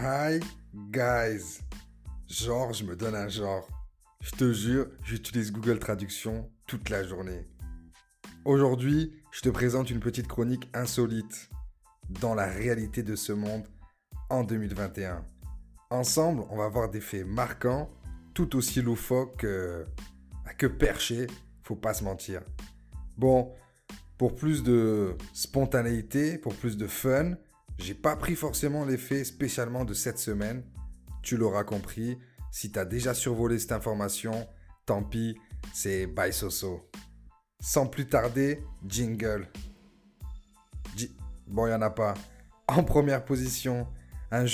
Hi guys. Genre, je me donne un genre. Je te jure, j'utilise Google Traduction toute la journée. Aujourd'hui, je te présente une petite chronique insolite dans la réalité de ce monde en 2021. Ensemble, on va voir des faits marquants, tout aussi loufoques que perchés, faut pas se mentir. Bon, pour plus de spontanéité, pour plus de fun, j'ai pas pris forcément les faits spécialement de cette semaine. Tu l'auras compris, si t'as déjà survolé cette information, tant pis, c'est bye soso. Sans plus tarder, jingle. Bon, il n'y en a pas. En première position, un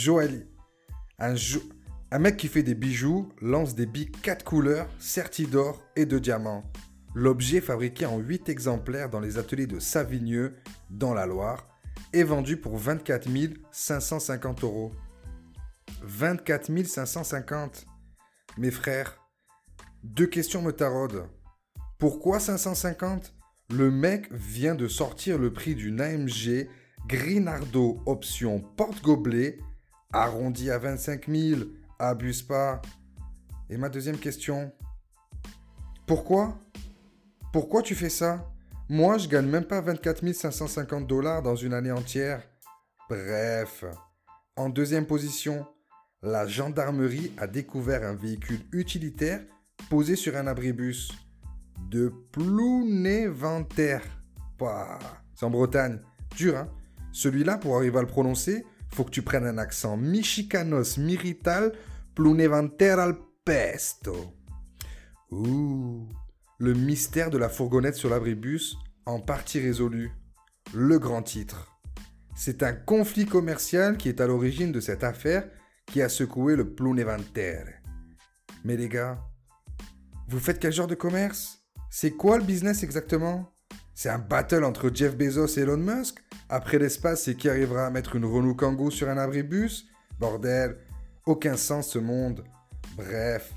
mec qui fait des bijoux lance des billes 4 couleurs, sertis d'or et de diamants. L'objet fabriqué en 8 exemplaires dans les ateliers de Savigneux, dans la Loire, est vendu pour 24 550 €. 24 550. Mes frères, deux questions me taraudent. Pourquoi 550 ? Le mec vient de sortir le prix d'une AMG Grinardo option porte-gobelet, arrondi à 25 000. Abuse pas. Et ma deuxième question. Pourquoi tu fais ça ? Moi, je gagne même pas 24 550 $ dans une année entière. Bref. En deuxième position, la gendarmerie a découvert un véhicule utilitaire posé sur un abribus de Plouneventer. C'est en Bretagne. Dur, hein ? Celui-là, pour arriver à le prononcer, faut que tu prennes un accent michicanos mirital Plouneventer al pesto. Ouh. Le mystère de la fourgonnette sur l'abribus, en partie résolu. Le grand titre. C'est un conflit commercial qui est à l'origine de cette affaire qui a secoué le Plouneventer. Mais les gars, vous faites quel genre de commerce ? C'est quoi le business exactement ? C'est un battle entre Jeff Bezos et Elon Musk ? Après l'espace, c'est qui arrivera à mettre une Renault Kangoo sur un abribus ? Bordel, aucun sens ce monde. Bref.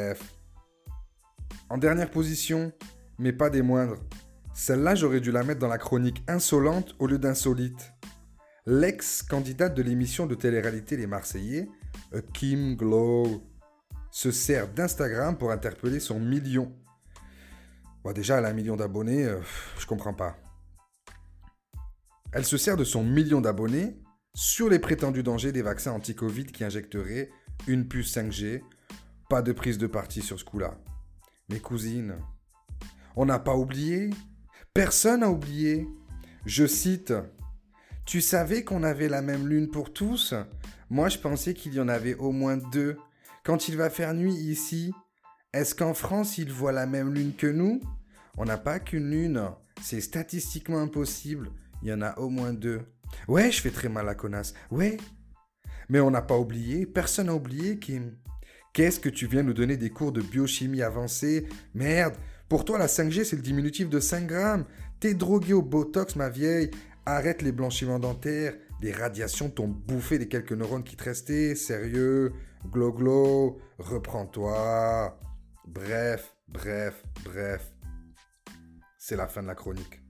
En dernière position, mais pas des moindres. Celle-là, j'aurais dû la mettre dans la chronique insolente au lieu d'insolite. L'ex-candidate de l'émission de télé-réalité Les Marseillais, Kim Glow, se sert d'Instagram pour interpeller son million. Bon, déjà, elle a 1 million d'abonnés, je comprends pas. Elle se sert de son million d'abonnés sur les prétendus dangers des vaccins anti-Covid qui injecteraient une puce 5G. Pas de prise de parti sur ce coup-là. Mes cousines, on n'a pas oublié ? Personne n'a oublié. Je cite, « Tu savais qu'on avait la même lune pour tous ? Moi, je pensais qu'il y en avait au moins 2. Quand il va faire nuit ici, est-ce qu'en France, ils voient la même lune que nous ? On n'a pas qu'une lune. C'est statistiquement impossible. Il y en a au moins 2. Ouais, je fais très mal la connasse. Ouais. Mais on n'a pas oublié. Personne n'a oublié, Kim. Qu'est-ce que tu viens nous donner des cours de biochimie avancée ? Merde. Pour toi, la 5G, c'est le diminutif de 5 grammes. T'es drogué au Botox, ma vieille. Arrête les blanchiments dentaires. Les radiations t'ont bouffé les quelques neurones qui te restaient. Sérieux. Glo. Reprends-toi. Bref. C'est la fin de la chronique.